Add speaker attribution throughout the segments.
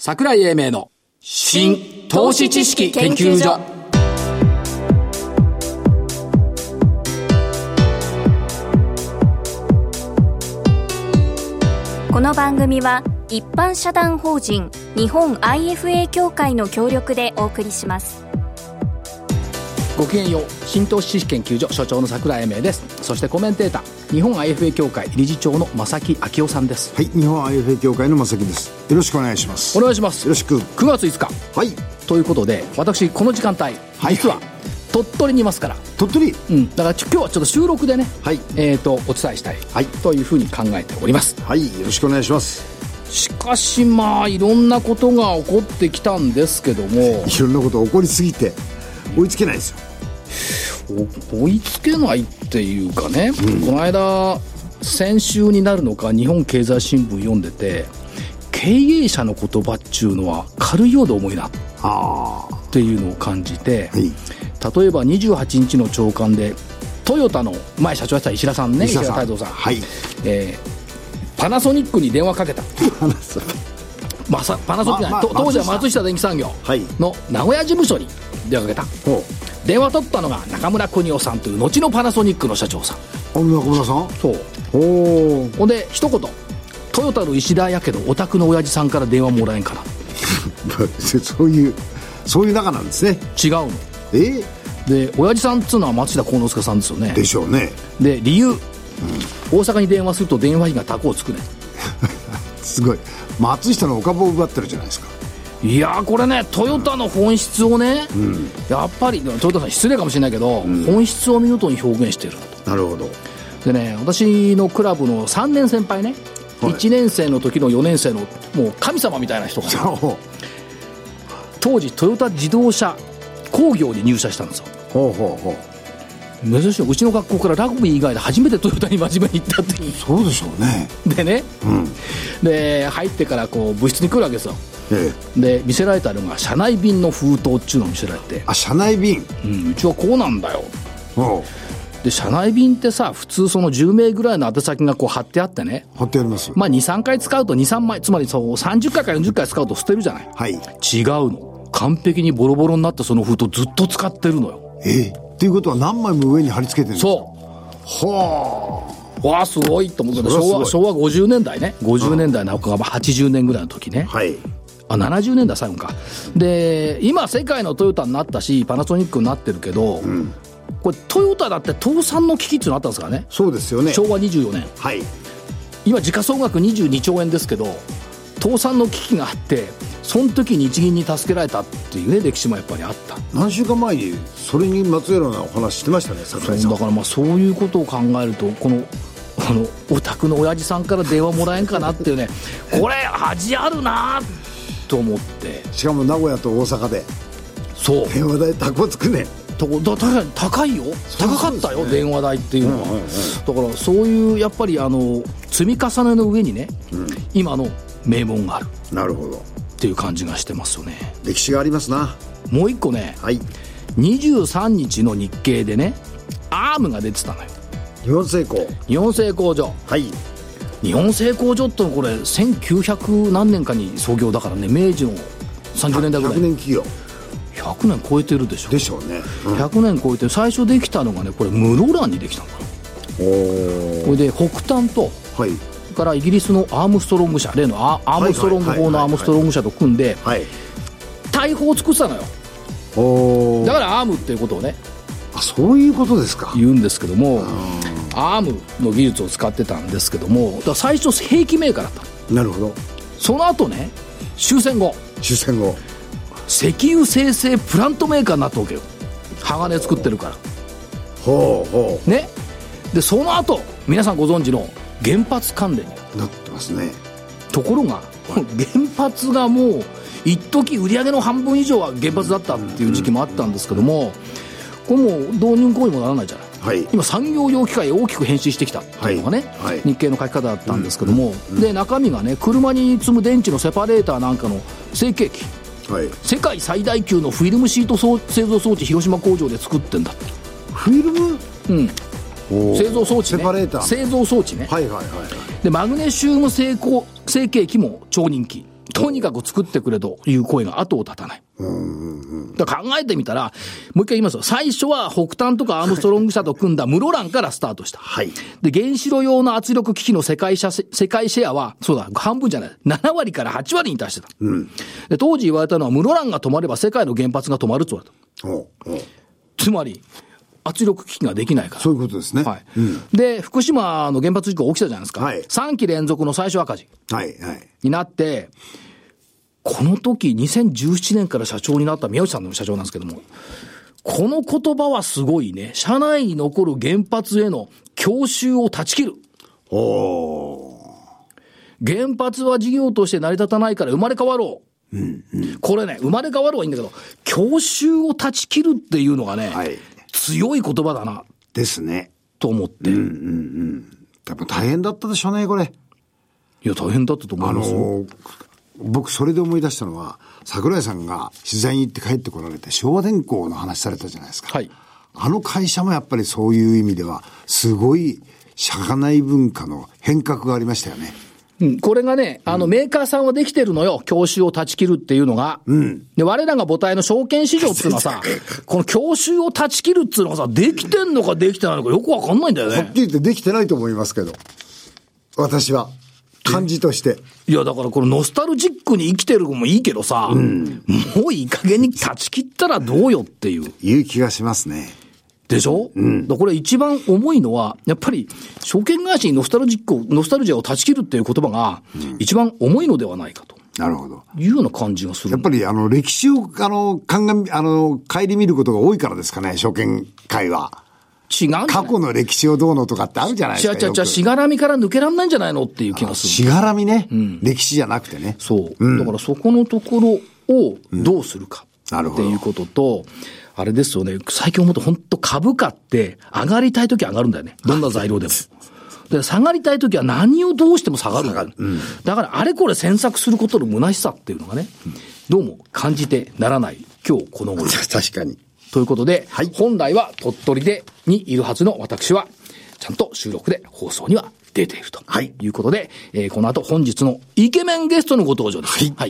Speaker 1: 櫻井英明の新投資知識研究所。
Speaker 2: この番組は一般社団法人日本 IFA 協会の協力でお送りします。
Speaker 1: ごきげんよう、新投資知識研究所所長の櫻井英明です。そしてコメンテーター、日本 IFA 協会理事長の正木昭夫さんです。
Speaker 3: はい、日本 IFA 協会の正木です。よろしくお願いします。
Speaker 1: お願いします。
Speaker 3: よろしく。
Speaker 1: 9月5日、
Speaker 3: はい、
Speaker 1: ということで私この時間帯、実は鳥取にいますから。
Speaker 3: 鳥取、
Speaker 1: だから今日はちょっと収録でね、
Speaker 3: はい、
Speaker 1: お伝えしたい、というふうに考えております。
Speaker 3: はい、よろしくお願いします。
Speaker 1: しかしまあいろんなことが起こってきたんですけども、
Speaker 3: いろんなこと起こりすぎて追いつけないですよ。
Speaker 1: 追いつけないっていうかね、この間先週になるのか日本経済新聞読んでて、経営者の言葉っていうのは軽いようで重いなっていうのを感じて、
Speaker 3: はい、
Speaker 1: 例えば28日の朝刊でトヨタの前社長やった石田さんね、石田太蔵さん、
Speaker 3: はい、
Speaker 1: パナソニックに電話かけたパナソニック、当時は松下電器産業の名古屋事務所に電話かけた。電話取ったのが中村邦夫さんという後のパナソニックの社長さん。
Speaker 3: 中村さん。
Speaker 1: そう。ほんで一言、トヨタの石田やけどお宅の親父さんから電話もらえんかな
Speaker 3: そういう仲なんですね。
Speaker 1: 違うの。で親父さんっつうのは松下幸之助さんですよね。
Speaker 3: でしょうね。
Speaker 1: で理由、大阪に電話すると電話費が高をつくね
Speaker 3: すごい。松下のお株を奪ってるじゃないですか。
Speaker 1: いやこれね、トヨタの本質をね、やっぱりトヨタさん失礼かもしれないけど、本質を見事に表現している。
Speaker 3: なるほど。
Speaker 1: でね、私のクラブの3年先輩ね、1年生の時の4年生のもう神様みたいな人が、当時トヨタ自動車工業に入社したんですよ。珍しい。うちの学校からラグビー以外で初めてトヨタに真面目に行ったっていう。
Speaker 3: そうでしょうね。
Speaker 1: でね、で入ってからこう部室に来るわけですよ。で見せられたのが社内便の封筒っていうのを見せられて、
Speaker 3: 社内便、
Speaker 1: うちはこうなんだよ。で社内便ってさ、普通その10名ぐらいの宛先がこう貼ってあってね、
Speaker 3: 貼ってあります。
Speaker 1: まあ 2,3 回使うと 2,3 枚、つまりそう30回から40回使うと捨てるじゃない。
Speaker 3: はい、
Speaker 1: 違うの。完璧にボロボロになったその封筒ずっと使ってるのよ。
Speaker 3: っていうことは何枚も上に貼り付けてるんですか。
Speaker 1: わあすごいと思うけど、昭和50年代ね、50年代の半ば80年ぐらいの時ね、70年代最後かで、今世界のトヨタになったしパナソニックになってるけど、これトヨタだって倒産の危機っていうのあったんですからね。
Speaker 3: そうですよね。
Speaker 1: 昭和24年、今時価総額22兆円ですけど、倒産の危機があって、その時日銀に助けられたっていうね、歴史もやっぱりあった。
Speaker 3: 何週間前にそれにまつわるようなお話してましたね、櫻井さん。
Speaker 1: だからまあそういうことを考えると、このお宅の親父さんから電話もらえんかなっていうねこれ味あるなと思って。
Speaker 3: しかも名古屋と大阪で
Speaker 1: そう
Speaker 3: 電話代高つくね。
Speaker 1: 高いよ。高かったよ、電話代っていうのは。だからそういうやっぱり積み重ねの上にね、今の名門がある。
Speaker 3: なるほど。
Speaker 1: っていう感じがしてますよね。
Speaker 3: 歴史がありますな。
Speaker 1: もう一個ね、23日の日経でね、アームが出てたのよ。日本製工所。日本製工所ってのはこれ1900何年かに創業だからね、明治の30年代ぐらい。
Speaker 3: 100年企業。
Speaker 1: 100年超えてるでしょ。
Speaker 3: でしょうね。
Speaker 1: 100年超えて、最初できたのがね、これ室蘭にできたのかな。これで北端と、からイギリスのアームストロング社、例のアームストロング法のアームストロング社と組んで大砲を作ってたのよ。だからアームっていうことをね、
Speaker 3: そういうことですか、
Speaker 1: 言うんですけども、アームの技術を使ってたんですけども、だから最初兵器メーカーだった。
Speaker 3: なるほど。そ
Speaker 1: の後ね、終戦後石油精製プラントメーカーになったわけよ。鋼作ってるからね。でその後皆さんご存知の原発関連に
Speaker 3: なってますね。と
Speaker 1: ころが原発がもう一時売り上げの半分以上は原発だったっていう時期もあったんですけども、これもう導入行為もならないじゃない、今産業用機械大きく変身してきたっていうのがね、日経の書き方だったんですけども、で中身がね、車に積む電池のセパレーターなんかの成形機、世界最大級のフィルムシート製造装置広島工場で作ってんだって。
Speaker 3: フィルム、
Speaker 1: 製造装置ね、
Speaker 3: セパレーター、
Speaker 1: 製造装置ね、でマグネシウム成形機も超人気、 とにかく作ってくれという声が後を絶たない。だから考えてみたら、もう一回言いますよ。最初は北端とかアームストロング社と組んだ室蘭からスタートした。
Speaker 3: はい。
Speaker 1: で、原子炉用の圧力機器の世界シェアは、そうだ、半分じゃない。7割から8割に達してた。で、当時言われたのは、室蘭が止まれば世界の原発が止まるって言われた。つまり、圧力機器ができないから。
Speaker 3: そういうことですね。
Speaker 1: はい。で、福島の原発事故起きたじゃないですか。はい。3期連続の最初赤字。はい。はい。になって、この時、2017年から社長になった宮内さんの社長なんですけども、この言葉はすごいね。社内に残る原発への強襲を断ち切る。原発は事業として成り立たないから生まれ変わろう。これね、生まれ変わるはいいんだけど、強襲を断ち切るっていうのがね、はい、強い言葉だな。
Speaker 3: ですね。
Speaker 1: と思って。
Speaker 3: やっぱ大変だったでしょうね、これ。
Speaker 1: いや、大変だったと思いますよ。
Speaker 3: 僕、それで思い出したのは、櫻井さんが取材に行って帰ってこられて、昭和電工の話されたじゃないですか。はい。あの会社もやっぱりそういう意味では、すごい社内文化の変革がありましたよね。
Speaker 1: これがね、メーカーさんはできてるのよ。強襲を断ち切るっていうのが。で、我らが母体の証券市場っていうのはさ、この強襲を断ち切るっていうのがさ、できてんのかできてないのかよくわかんないんだよね。
Speaker 3: はっきり言ってできてないと思いますけど。私は。感じとして。
Speaker 1: いや、だからこのノスタルジックに生きてるのもいいけどさ、もういい加減に断ち切ったらどうよっていう。
Speaker 3: いう気がしますね。
Speaker 1: でしょ？だこれ一番重いのは、やっぱり、証券会社にノスタルジアを断ち切るっていう言葉が、一番重いのではないかと。
Speaker 3: なるほど。
Speaker 1: いうような感じがする。
Speaker 3: やっぱり歴史を、顧みることが多いからですかね、証券会は。違う。過去の歴史をどうのとかってあるじゃないですか。
Speaker 1: しがらみから抜けらんないんじゃないのっていう気がする。
Speaker 3: しがらみね。歴史じゃなくてね。
Speaker 1: そう。だからそこのところをどうするか。っていうことと、あれですよね、最近思うと本当株価って上がりたいときは上がるんだよね。どんな材料でも。で、下がりたいときは何をどうしても下がるんだよ。だからあれこれ詮索することの虚しさっていうのがね、どうも感じてならない今日この頃。
Speaker 3: 確かに。
Speaker 1: ということで、はい、本来は鳥取にいるはずの私は、ちゃんと収録で放送には出ているということで、この後本日のイケメンゲストのご登場です。はい。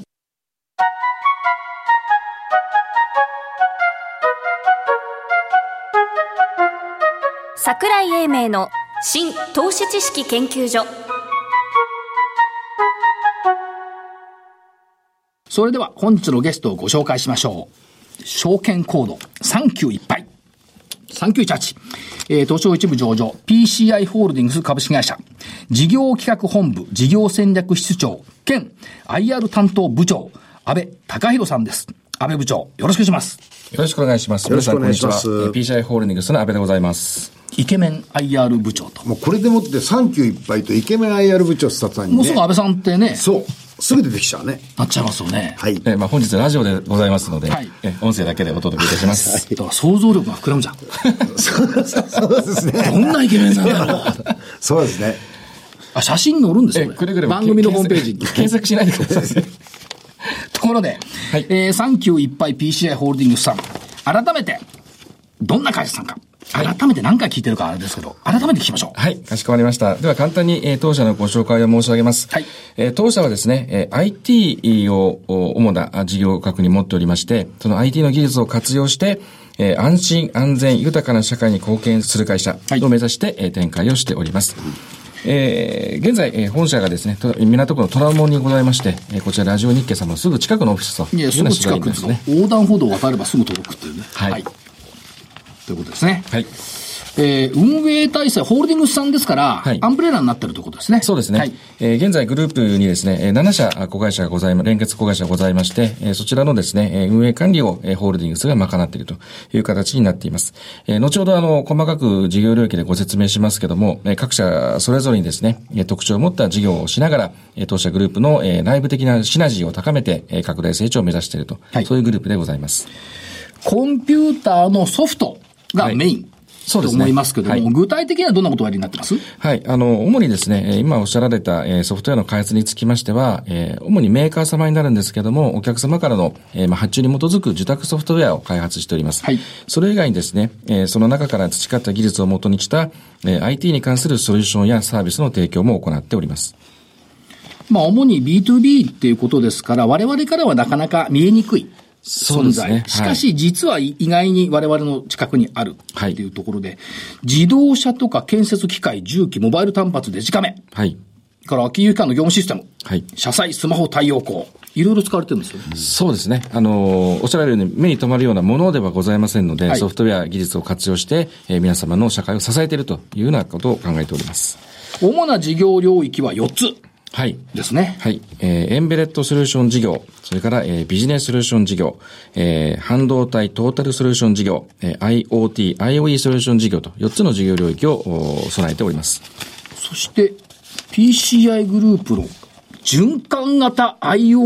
Speaker 2: 櫻井英明の新投資知識研究所。
Speaker 1: それでは本日のゲストをご紹介しましょう。証券コード3918 3918、東証一部上場 PCI ホールディングス株式会社事業企画本部事業戦略室長兼 IR 担当部長安倍貴弘さんです。安倍部長、よろしくお願いします。
Speaker 4: よろしくお願いします。
Speaker 3: よろしくお願いします。
Speaker 4: PCI ホールディングスの安倍でございます。
Speaker 1: イケメン IR 部長と。
Speaker 3: もうこれでもって3級いっぱいとイケメン IR 部長スタッフさんにね。
Speaker 1: もうすぐ安倍さんってね。
Speaker 3: そう。すぐ出てきちゃうね。
Speaker 1: なっちゃいますよね。
Speaker 4: はい。本日ラジオでございますので、はい、音声だけでお届けいたします。
Speaker 1: だから想像力が膨らむじゃん。
Speaker 3: そうですね。
Speaker 1: どんなイケメンなんだろう。
Speaker 3: そうですね。
Speaker 1: あ、写真載るんですよね。
Speaker 4: くれぐれも
Speaker 1: 番組のホームページに。
Speaker 4: 検索しないでください。
Speaker 1: ところで、はい、3級いっぱい PCI ホールディングスさん、改めて、どんな会社さんか。改めて何回聞いてるかあれですけど、改めて聞きましょう。
Speaker 4: はい、かしこまりました。では簡単に、当社のご紹介を申し上げます。はい。当社はですね、IT を主な事業核に持っておりまして、その IT の技術を活用して、安心安全豊かな社会に貢献する会社を目指して、展開をしております。現在、本社がですね、港区の虎ノ門にございまして、こちらラジオ日経様のすぐ近くのオフィスというような
Speaker 1: すぐ近くですね。横断歩道を渡ればすぐ届くっていうね。はい。はい、ということですね。はい。運営体制、ホールディングスさんですから、はい、アンブレラになってるということですね。
Speaker 4: そうですね。はい、現在グループにですね、7社子会社がございます、連結子会社がございまして、そちらのですね、運営管理をホールディングスが賄っているという形になっています。後ほど細かく事業領域でご説明しますけども、各社それぞれにですね、特徴を持った事業をしながら、当社グループの内部的なシナジーを高めて、拡大成長を目指していると、はい、そういうグループでございます。
Speaker 1: コンピューターのソフトがメイン。はい、そうですね。と思いますけども、はい、具体的にはどんなことをやりになってます？
Speaker 4: はい。主にですね、今おっしゃられた、ソフトウェアの開発につきましては、主にメーカー様になるんですけども、お客様からの、発注に基づく受託ソフトウェアを開発しております。はい。それ以外にですね、その中から培った技術をもとにした、IT に関するソリューションやサービスの提供も行っております。
Speaker 1: 主に B2B っていうことですから、我々からはなかなか見えにくい存在。ね、しかし、実は意外に我々の近くにあるっていうところで、自動車とか建設機械、重機、モバイル端末、デジカメ。から金融機関の業務システム。車載、スマホ、太陽光。いろいろ使われてるんですよ。
Speaker 4: そうですね。おっしゃられるように目に留まるようなものではございませんので、ソフトウェア技術を活用して、皆様の社会を支えているというようなことを考えております。
Speaker 1: 主な事業領域は4つ。ですね。
Speaker 4: エンベレッドソリューション事業、それから、ビジネスソリューション事業、半導体トータルソリューション事業、IoT、IoE ソリューション事業と4つの事業領域を備えております。
Speaker 1: そして、PCI グループの循環型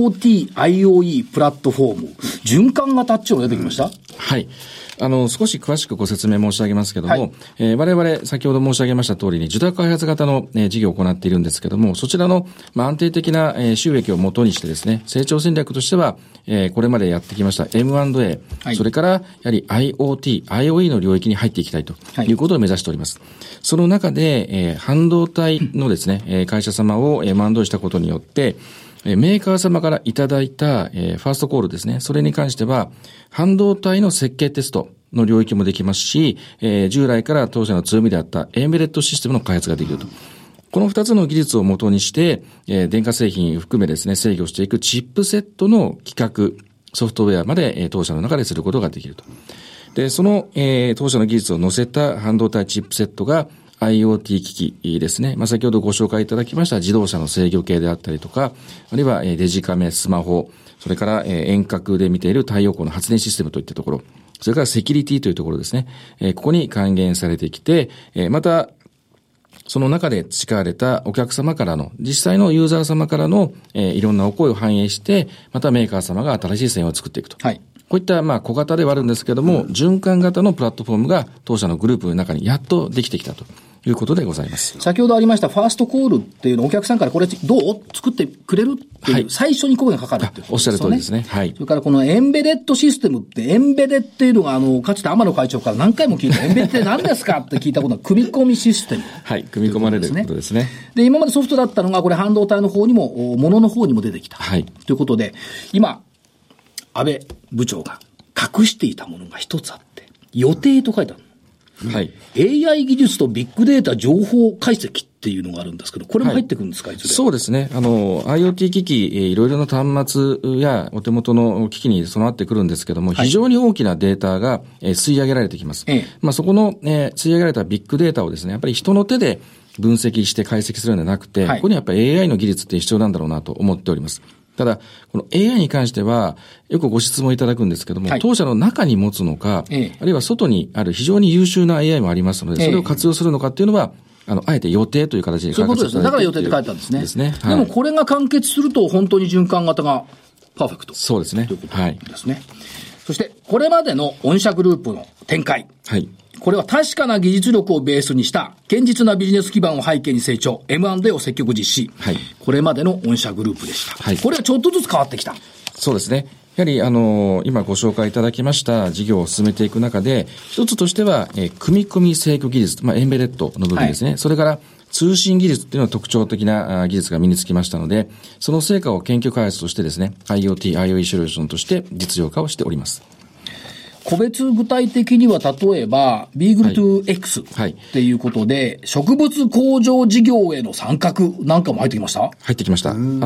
Speaker 1: IoT、IoE プラットフォーム。循環型っていうのが出てきました？
Speaker 4: 少し詳しくご説明申し上げますけども、我々先ほど申し上げました通りに受託開発型の、事業を行っているんですけども、そちらの、安定的な、収益をもとにしてですね、成長戦略としては、これまでやってきました M&A、それからやはり IoT、IoE の領域に入っていきたいということを目指しております。その中で、半導体のですね、会社様を M&A したことによって、メーカー様からいただいた、ファーストコールですね。それに関しては、半導体の設計テストの領域もできますし、従来から当社の強みであったエンベレッドシステムの開発ができると。この2つの技術を元にして、電化製品含めですね、制御していくチップセットの企画、ソフトウェアまで、当社の中ですることができると。で、その、当社の技術を載せた半導体チップセットが、IoT 機器ですね。先ほどご紹介いただきました自動車の制御系であったりとか、あるいはデジカメ、スマホ、それから遠隔で見ている太陽光の発電システムといったところ、それからセキュリティというところですね。ここに還元されてきて、また、その中で培われたお客様からの、実際のユーザー様からの、いろんなお声を反映して、またメーカー様が新しい製品を作っていくと。こういった小型ではあるんですけども、循環型のプラットフォームが当社のグループの中にやっとできてきたということでございます。
Speaker 1: 先ほどありましたファーストコールっていうのをお客さんからこれどう作ってくれるっていう、最初に声がかかるっていうことですよね。
Speaker 4: おっしゃる通りですね。
Speaker 1: それからこのエンベレッドシステムってエンベレっていうのがかつて天野会長から何回も聞いたエンベレって何ですかって聞いたことは組み込みシステム。
Speaker 4: 組み込まれることですね。
Speaker 1: で、今までソフトだったのがこれ半導体の方にも、物の方にも出てきた。ということで、今、安倍部長が隠していたものが一つあって、予定と書いてある。AI 技術とビッグデータ情報解析っていうのがあるんですけど、これも入ってくるんですか、いずれ？
Speaker 4: そうですね。IoT 機器、いろいろな端末やお手元の機器に備わってくるんですけども、非常に大きなデータが、吸い上げられてきます。そこの、吸い上げられたビッグデータをですね、やっぱり人の手で分析して解析するのではなくて、ここにやっぱり AI の技術って必要なんだろうなと思っております。ただ、この AI に関しては、よくご質問いただくんですけども、当社の中に持つのか、あるいは外にある非常に優秀な AI もありますので、それを活用するのかっていうのは、あえて予定という形で
Speaker 1: 書かせていただいている。そういうことですね。だから予定って書いてあるんですね。でもこれが完結すると、本当に循環型がパーフェクト。
Speaker 4: そうですね。
Speaker 1: ということですね。そして、これまでの御社グループの展開。これは確かな技術力をベースにした堅実なビジネス基盤を背景に成長、M&A を積極実施。これまでの御社グループでした。これはちょっとずつ変わってきた。
Speaker 4: そうですね。やはり今ご紹介いただきました事業を進めていく中で、一つとしては、組み込み制御技術、エンベレッドの部分ですね。それから通信技術っていうのは特徴的な技術が身につきましたので、その成果を研究開発としてですね、IoT、IoE ソリューションとして実用化をしております。
Speaker 1: 個別具体的には例えば、ビーグル2 X っていうことで、植物工場事業への参画なんかも入ってきました？
Speaker 4: 入ってきました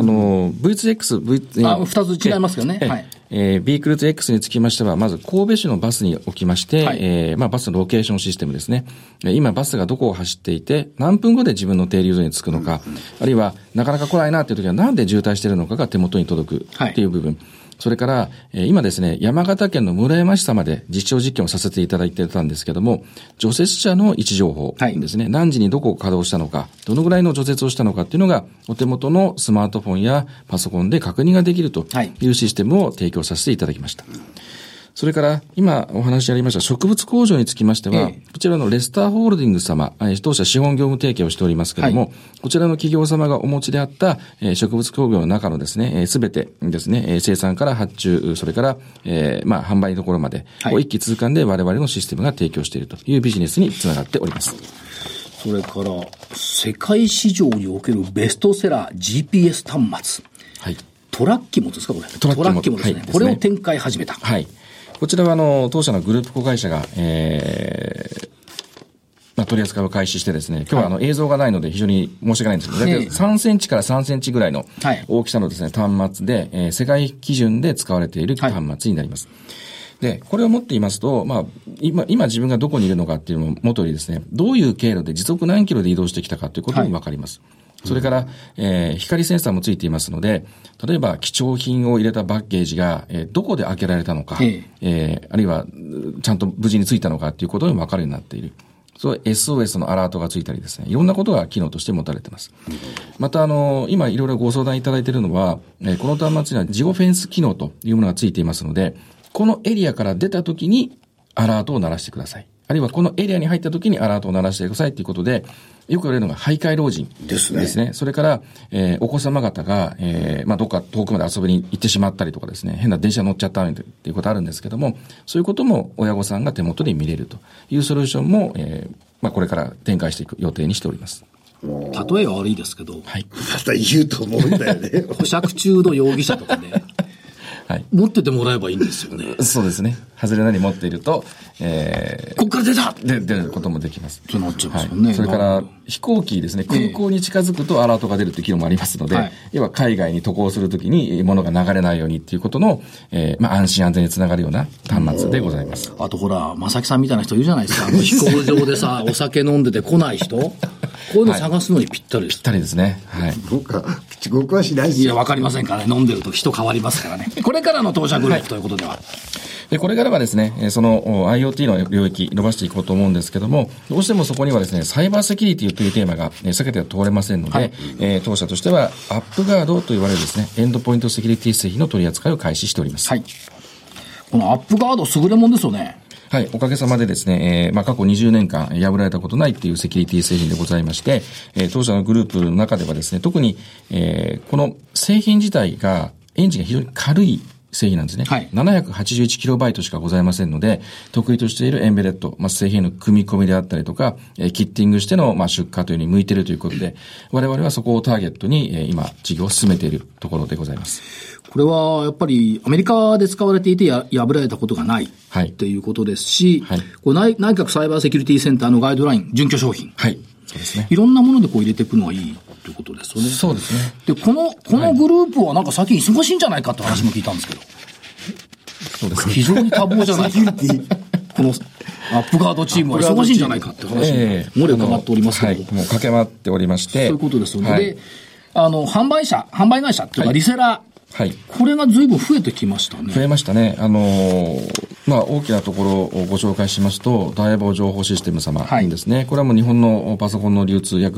Speaker 4: 。V2X、
Speaker 1: 二つ違いますよね。
Speaker 4: ビーグル2 X につきましては、まず神戸市のバスにおきまして、バスのロケーションシステムですね。今バスがどこを走っていて、何分後で自分の停留所に着くのか、あるいはなかなか来ないなっていう時はなんで渋滞しているのかが手元に届くっていう部分。それから、今ですね、山形県の村山市様で実証実験をさせていただいてたんですけども、除雪車の位置情報ですね、何時にどこを稼働したのか、どのぐらいの除雪をしたのかっていうのが、お手元のスマートフォンやパソコンで確認ができるというシステムを提供させていただきました。それから、今お話ありました植物工場につきましては、こちらのレスターホールディングス様、当社資本業務提携をしておりますけれども、こちらの企業様がお持ちであった、植物工業の中のですね、すべてですね、生産から発注、それから、販売のところまで、一気通貫で我々のシステムが提供しているというビジネスにつながっております。
Speaker 1: それから世界市場におけるベストセラー GPS 端末、はい、トラッキモですか、これトラッキモですね、はい、これを展開始めた、
Speaker 4: はい、こちらは当社のグループ子会社が、取り扱いを開始してですね、今日は映像がないので非常に申し訳ないんですけど、大体3センチから3センチぐらいの大きさのですね、端末で、世界基準で使われている端末になります。で、これを持っていますと、今自分がどこにいるのかっていうのも元よりですね、どういう経路で時速何キロで移動してきたかということもわかります。それから、光センサーもついていますので、例えば貴重品を入れたバッゲージが、どこで開けられたのか、あるいはちゃんと無事についたのかということもわかるようになっている。そう SOS のアラートがついたりですね、いろんなことが機能として持たれています。また今いろいろご相談いただいているのは、この端末にはジオフェンス機能というものがついていますので、このエリアから出たときにアラートを鳴らしてください。あるいはこのエリアに入ったときにアラートを鳴らしてくださいということで、よく言われるのが徘徊老人ですね。それから、お子様方が、どっか遠くまで遊びに行ってしまったりとかですね、変な電車乗っちゃったっていうことあるんですけども、そういうことも親御さんが手元で見れるというソリューションも、これから展開していく予定にしております。
Speaker 1: 例えは悪いですけど、
Speaker 3: はい。また言うと思うんだよね。
Speaker 1: 保釈中の容疑者とかね。はい、持っててもらえばいいんですよね。
Speaker 4: そうですね。外れなり持っていると、
Speaker 1: こっから出た
Speaker 4: 出ることもできます。
Speaker 1: そうなっちゃいますよね。
Speaker 4: はい、それから飛行機ですね、空港に近づくとアラートが出るという機能もありますので、要は海外に渡航するときに物が流れないようにっていうことの、安心安全につながるような端末でございます。
Speaker 1: あとほら、正木さんみたいな人いるじゃないですか。飛行場でさ、お酒飲んでて来ない人こういうの探すのにぴったりです。
Speaker 4: ぴったりですね。はい。
Speaker 3: 僕はしないですよ。
Speaker 1: いや、わかりませんからね。飲んでると人変わりますからね。これからの当社グループということでは。
Speaker 4: で、これからはですね、その IoT の領域伸ばしていこうと思うんですけども、どうしてもそこにはですね、サイバーセキュリティというテーマが避けては通れませんので、当社としてはアップガードと言われるですね、エンドポイントセキュリティ製品の取り扱いを開始しております。はい。
Speaker 1: このアップガード優れもんですよね。
Speaker 4: はい、おかげさまでですね、過去20年間破られたことないっていうセキュリティ製品でございまして、当社のグループの中ではですね、特に、この製品自体がエンジンが非常に軽い製品なんですね。はい。781KB しかございませんので、得意としているエンベレット、製品の組み込みであったりとか、キッティングしての、出荷というのに向いているということで、我々はそこをターゲットに、今、事業を進めているところでございます。
Speaker 1: これはやっぱりアメリカで使われていて破られたことがないっていうことですし、はい、これ内閣サイバーセキュリティセンターのガイドライン、準拠商品。
Speaker 4: はい。そうですね。
Speaker 1: いろんなものでこう入れていくのはいいということですよね。
Speaker 4: そうですね。
Speaker 1: で、このグループはなんか最近忙しいんじゃないかって話も聞いたんですけど。
Speaker 4: そうですね。
Speaker 1: 非常に多忙じゃないか。このアップガードチームは忙しいんじゃないかって話も漏れ伺っておりますけど。
Speaker 4: もう駆け回っておりまして。
Speaker 1: そういうことですよね。で、販売会社っていうかリセラー。
Speaker 4: はい。
Speaker 1: これが随分増えてきましたね。
Speaker 4: 増えましたね。大きなところをご紹介しますと、大坊情報システム様ですね。はい、これはもう日本のパソコンの流通約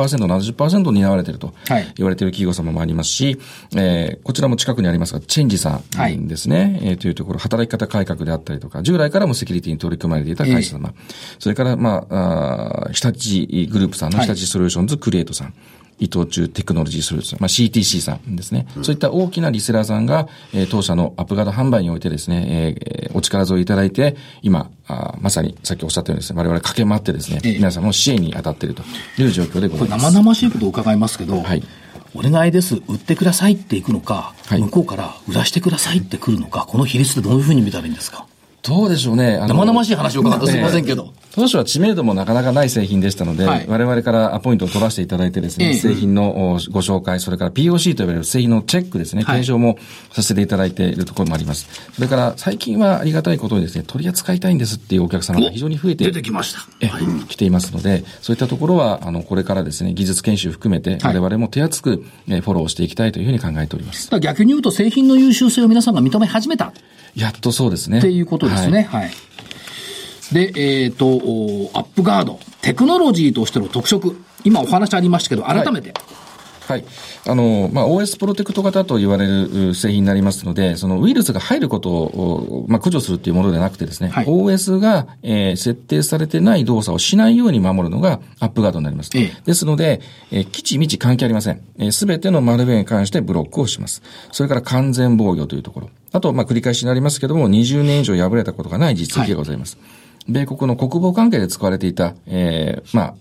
Speaker 4: 60%、70% 担われていると言われている企業様もありますし、こちらも近くにありますが、チェンジさんですね。はい、というところ、働き方改革であったりとか、従来からもセキュリティに取り組まれていた会社様。それから、日立グループさんの日立ソリューションズクリエイトさん。伊藤忠テクノロジーソリューション、CTC さんですね。そういった大きなリセラーさんが、当社のアップガード販売においてですね、お力添えいただいて、今、まさにさっきおっしゃったようにですね、我々駆け回ってですね、皆さんの支援に当たっているという状況でございます。
Speaker 1: これ生々しいことを伺いますけど、はい。お願いです、売ってくださいっていくのか、はい、向こうから売らしてくださいって来るのか、この比率でどういうふうに見たらいいんですか？
Speaker 4: どうでしょうね。
Speaker 1: 生々しい話を伺ってすみませんけど。
Speaker 4: 当初は知名度もなかなかない製品でしたので、はい、我々からアポイントを取らせていただいてですね、製品のご紹介、それから POC と呼ばれる製品のチェックですね、検証もさせていただいているところもあります。それから最近はありがたいことにですね、取り扱いたいんですっていうお客様が非常に増えて
Speaker 1: 出てきました。
Speaker 4: 来ていますので、そういったところはこれからですね、技術研修含めて我々も手厚くフォローしていきたいというふうに考えております。
Speaker 1: 逆に言うと製品の優秀性を皆さんが認め始めた。
Speaker 4: やっとそうですね。
Speaker 1: っていうことですね。はい。で、アップガード、テクノロジーとしての特色、今お話ありましたけど、改めて。
Speaker 4: はい。OS プロテクト型と言われる製品になりますので、そのウイルスが入ることを、駆除するっていうものではなくてですね、はい、OS が、設定されてない動作をしないように守るのがアップガードになります。ですので、基地未知関係ありません。すべてのマルウェアに関してブロックをします。それから完全防御というところ。あと、繰り返しになりますけども、20年以上破れたことがない実績がございます。はい、米国の国防関係で使われていた、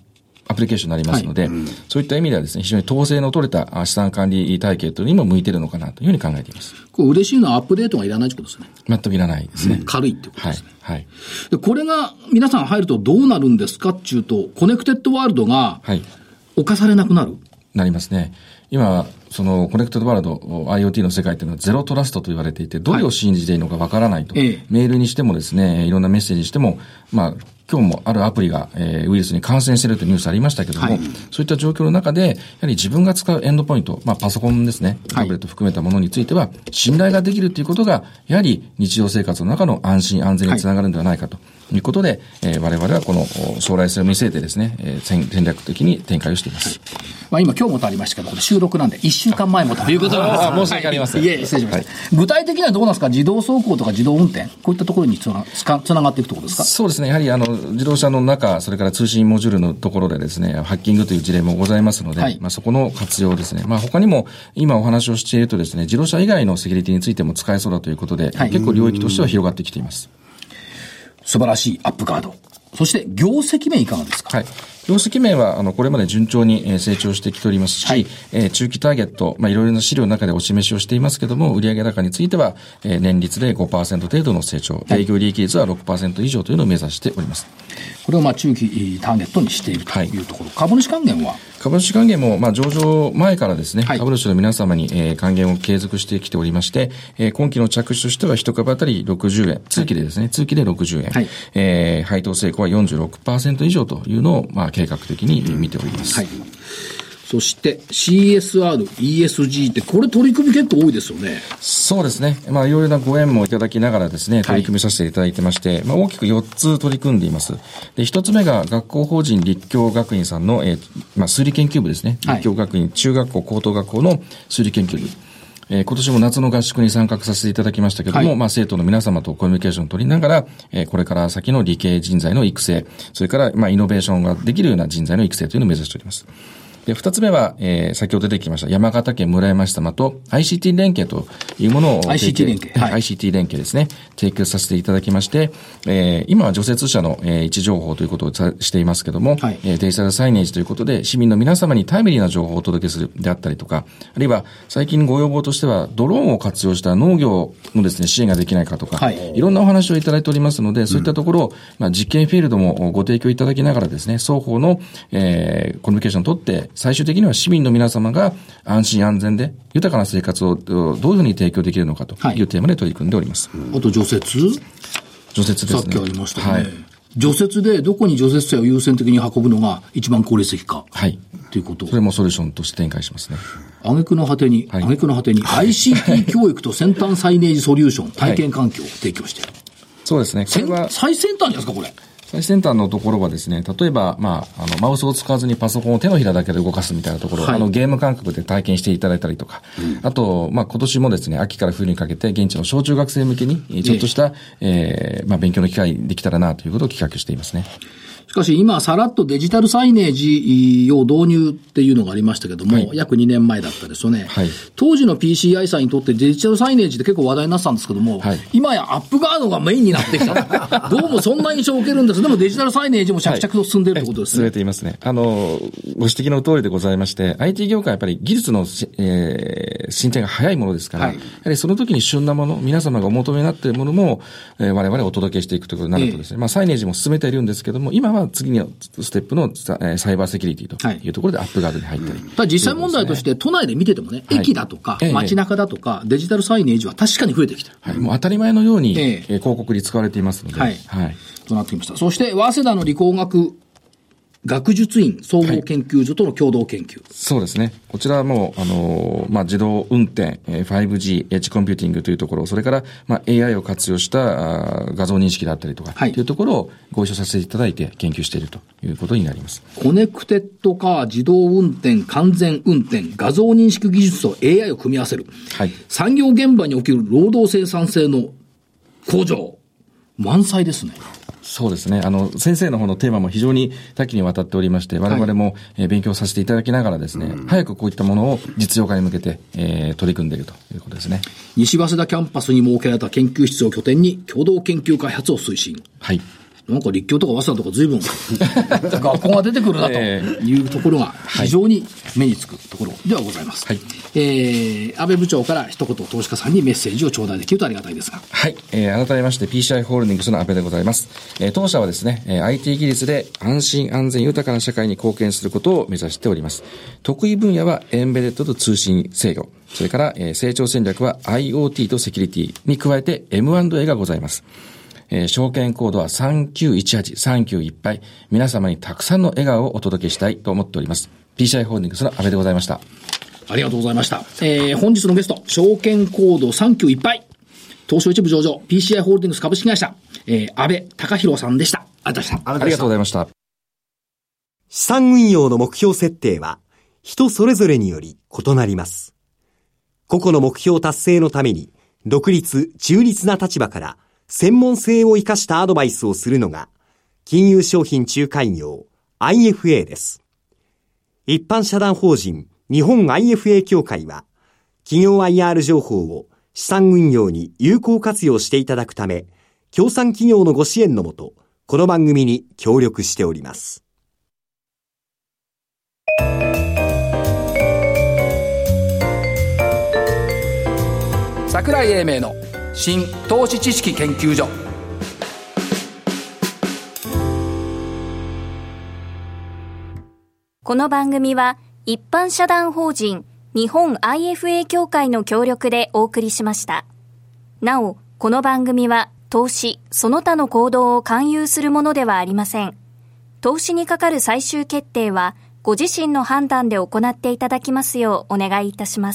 Speaker 4: アプリケーションになりますので、そういった意味ではですね、非常に統制の取れた資産管理体系というのにも向いているのかなというふうに考えています。
Speaker 1: これ嬉しいのはアップデートがいらないということですね。
Speaker 4: 全くいらないですね。
Speaker 1: 軽いっていうことですね。
Speaker 4: はい。
Speaker 1: で、これが皆さん入るとどうなるんですかっていうと、コネクテッドワールドが侵されなくなる。
Speaker 4: なりますね。今、そのコネクテッドワールド IoT の世界というのはゼロトラストと言われていて、どれを信じていいのかわからないと。メールにしてもですね、いろんなメッセージにしても、今日もあるアプリが、ウイルスに感染しているというニュースありましたけども、そういった状況の中で、やはり自分が使うエンドポイント、パソコンですね、タブレット含めたものについては、信頼ができるということが、やはり日常生活の中の安心安全につながるのではないかということで、我々はこの将来性を見据えてですね、戦略的に展開をしています。
Speaker 1: 今日もとありましたけど、これ収録なんで1週間前もということなんです。
Speaker 4: 申し訳ありません。
Speaker 1: いえ、失礼しました。具体的にはどうなんですか？自動走行とか自動運転、こういったところにつながっていくところですか？
Speaker 4: そうですね。やはり自動車の中、それから通信モジュールのところでですね、ハッキングという事例もございますので、そこの活用ですね。他にも今お話をしているとですね、自動車以外のセキュリティについても使えそうだということで、結構領域としては広がってきています。
Speaker 1: 素晴らしいアップガード。そして業績面いかがですか？
Speaker 4: 業績面は、これまで順調に成長してきておりますし、中期ターゲット、いろいろな資料の中でお示しをしていますけども、売上高については、年率で 5% 程度の成長、営業利益率は 6% 以上というのを目指しております。
Speaker 1: これを中期ターゲットにしているというところ。株主還元は？
Speaker 4: 株主還元も、上場前からですね、株主の皆様に、還元を継続してきておりまして、今期の着手としては一株当たり60円、通期でですね、通期で60円、配当成功は 46% 以上というのを、計画的に見ております。
Speaker 1: そして CSR、ESG ってこれ取り組み結構多いですよね。
Speaker 4: そうですね。いろいろなご縁もいただきながらですね、取り組みさせていただいてまして、大きく4つ取り組んでいます。で、1つ目が学校法人立教学院さんの、数理研究部ですね。立教学院中学校高等学校の数理研究部。今年も夏の合宿に参画させていただきましたけども、生徒の皆様とコミュニケーションを取りながら、これから先の理系人材の育成、それから、イノベーションができるような人材の育成というのを目指しております。で、二つ目は、先ほど出てきました山形県村山市様と ICT 連携というものを
Speaker 1: ICT 連携、
Speaker 4: ICT 連携ですね、提供させていただきまして、今は除雪車の、位置情報ということをしていますけども、デジタルサイネージということで市民の皆様にタイムリーな情報をお届けするであったりとか、あるいは最近ご要望としてはドローンを活用した農業のですね支援ができないかとか、いろんなお話をいただいておりますので、そういったところを、実験フィールドもご提供いただきながらですね、双方の、コミュニケーションを取って最終的には市民の皆様が安心安全で豊かな生活をどういうふうに提供できるのかというテーマで取り組んでおります。
Speaker 1: あと除雪
Speaker 4: ですね。
Speaker 1: さっきありましたね。除雪でどこに除雪車を優先的に運ぶのが一番効率的か。ということ。
Speaker 4: それもソリューションとして展開しますね。
Speaker 1: 挙句の果てに ICT 教育と先端サイネージソリューション、体験環境を提供している。
Speaker 4: そうですね。これは
Speaker 1: 最先端じゃないですか、これ。
Speaker 4: 最先端のところはですね、例えば、マウスを使わずにパソコンを手のひらだけで動かすみたいなところを、ゲーム感覚で体験していただいたりとか、あと、今年もですね、秋から冬にかけて、現地の小中学生向けに、ちょっとした、勉強の機会できたらなということを企画していますね。
Speaker 1: しかし今、さらっとデジタルサイネージを導入っていうのがありましたけども、約2年前だったですよね。当時の PCI さんにとってデジタルサイネージって結構話題になってたんですけども、今やアップガードがメインになってきた。どうもそんな印象を受けるんです。でもデジタルサイネージも着々と進んでいるということですね。
Speaker 4: 進めていますね。ご指摘の通りでございまして、IT 業界はやっぱり技術の、進展が早いものですから、やはりその時に旬なもの、皆様がお求めになっているものも、我々お届けしていくということになるとですね、サイネージも進めているんですけども、今は次のステップのサイバーセキュリティというところでアップガードに入ったり。
Speaker 1: ただ実際問題として都内で見ててもね、駅だとか街中だとかデジタルサイネージは確かに増えてきてる。
Speaker 4: もう当たり前のように、広告に使われていますので。
Speaker 1: となってきました。そして早稲田の理工学学術院総合研究所との共同研究。
Speaker 4: そうですね。こちらはもう、自動運転、5G、エッジコンピューティングというところ、それから、AI を活用した画像認識だったりとか、というところをご一緒させていただいて研究しているということになります。
Speaker 1: コネクテッドカー、自動運転、完全運転、画像認識技術と AI を組み合わせる。産業現場における労働生産性の向上。満載ですね。
Speaker 4: そうですね。先生の方のテーマも非常に多岐にわたっておりまして、我々も勉強させていただきながらですね、早くこういったものを実用化に向けて、取り組んでいるということですね。
Speaker 1: 西早稲田キャンパスに設けられた研究室を拠点に共同研究開発を推進。 なんか立教とか早稲田とか随分学校が出てくるなというところが非常に目につくところではございます。はい、安倍部長から一言投資家さんにメッセージを頂戴できるとありがたいですが。
Speaker 4: はい、改めまして PCI ホールディングスの安倍でございます。当社はですね、IT 技術で安心安全豊かな社会に貢献することを目指しております。得意分野はエンベデッドと通信制御、それから、成長戦略は IoT とセキュリティに加えて M&A がございます。証券コードは3918、39いっぱい。皆様にたくさんの笑顔をお届けしたいと思っております。PCI ホールディングスの安倍でございました。
Speaker 1: ありがとうございました。本日のゲスト、証券コード39いっぱい。東証一部上場、PCI ホールディングス株式会社、安倍隆弘さんでした。
Speaker 4: ありがとうございました。
Speaker 5: 資産運用の目標設定は、人それぞれにより異なります。個々の目標達成のために、独立、中立な立場から、専門性を生かしたアドバイスをするのが、金融商品仲介業 IFA です。一般社団法人日本 IFA 協会は、企業 IR 情報を資産運用に有効活用していただくため、協賛企業のご支援のもと、この番組に協力しております。
Speaker 1: 櫻井英明の新投資知識研究所。
Speaker 2: この番組は一般社団法人日本 IFA 協会の協力でお送りしました。なお、この番組は投資その他の行動を勧誘するものではありません。投資にかかる最終決定はご自身の判断で行っていただきますようお願いいたします。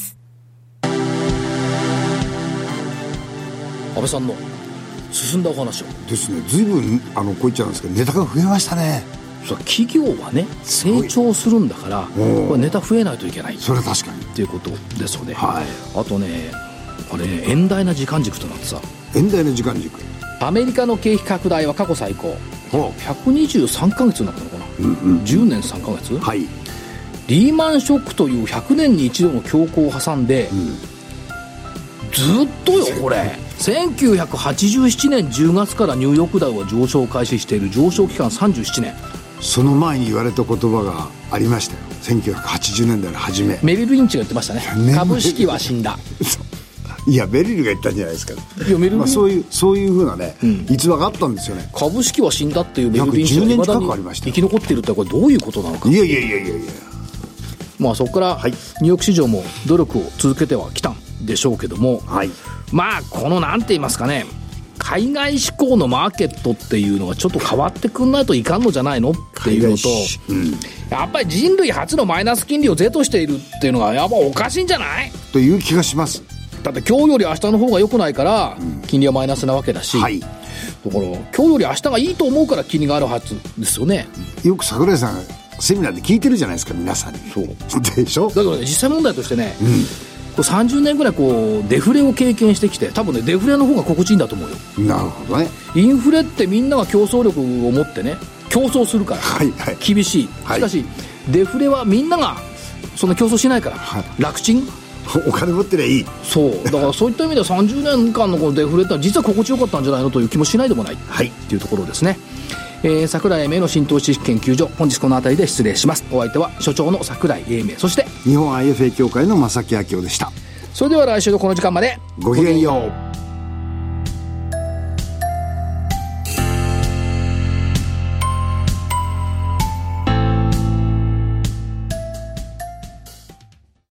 Speaker 1: 安倍さんの進んだお話を
Speaker 3: ですね、随分こう言っちゃうんですけどネタが増えましたね。
Speaker 1: そう、企業はね成長するんだからこれネタ増えないといけない。
Speaker 3: それは確かに
Speaker 1: っていうことですよね。
Speaker 3: はい、
Speaker 1: あとねこれね遠大な時間軸となってさ、
Speaker 3: 遠大な時間軸、
Speaker 1: アメリカの景気拡大は過去最高123ヶ月になったのかな、10年3ヶ月、
Speaker 3: はい、
Speaker 1: リーマンショックという100年に一度の恐慌を挟んで、ずっとよこれ1987年10月からニューヨークダウは上昇を開始している。上昇期間37年。
Speaker 3: その前に言われた言葉がありましたよ。1980年代の初め、
Speaker 1: メリル・リンチが言ってましたね。株式は死んだ。
Speaker 3: いやメリルが言ったんじゃないですか。
Speaker 1: いやメリル、
Speaker 3: そういう風なね、逸話があったんですよね。
Speaker 1: 株式は死んだっていうメリル・リンチが
Speaker 3: 10年近くありました。
Speaker 1: 生き残っているってこれどういうことなのか。
Speaker 3: いや
Speaker 1: まあそこから、ニューヨーク市場も努力を続けてはきたんでしょうけども、まあこのなんて言いますかね、海外志向のマーケットっていうのがちょっと変わってくんないといかんのじゃないのっていうのと、やっぱり人類初のマイナス金利を是としているっていうのがやっぱおかしいんじゃない
Speaker 3: という気がします。
Speaker 1: だって今日より明日の方が良くないから金利はマイナスなわけだし、だから今日より明日がいいと思うから金利があるはずですよね。
Speaker 3: よく櫻井さんセミナーで聞いてるじゃないですか、皆さんに。そうでしょ。だ
Speaker 1: けどね、実際問題としてね、30年ぐらいデフレを経験してきて、多分ねデフレの方が心地いいんだと思うよ。
Speaker 3: なるほどね。
Speaker 1: インフレってみんなが競争力を持ってね競争するから厳しい、しかしデフレはみんながそんな競争しないから、楽ちん、
Speaker 3: お金持ってりゃいい。
Speaker 1: そうだからそういった意味では30年間のこのデフレってのは実は心地よかったんじゃないのという気もしないでもない、っていうところですね。櫻井英明の新投資知識研究所、本日この辺りで失礼します。お相手は所長の櫻井英明、そして
Speaker 3: 日本 IFA 協会の正木明夫でした。
Speaker 1: それでは来週のこの時間まで
Speaker 3: ごきげんよう。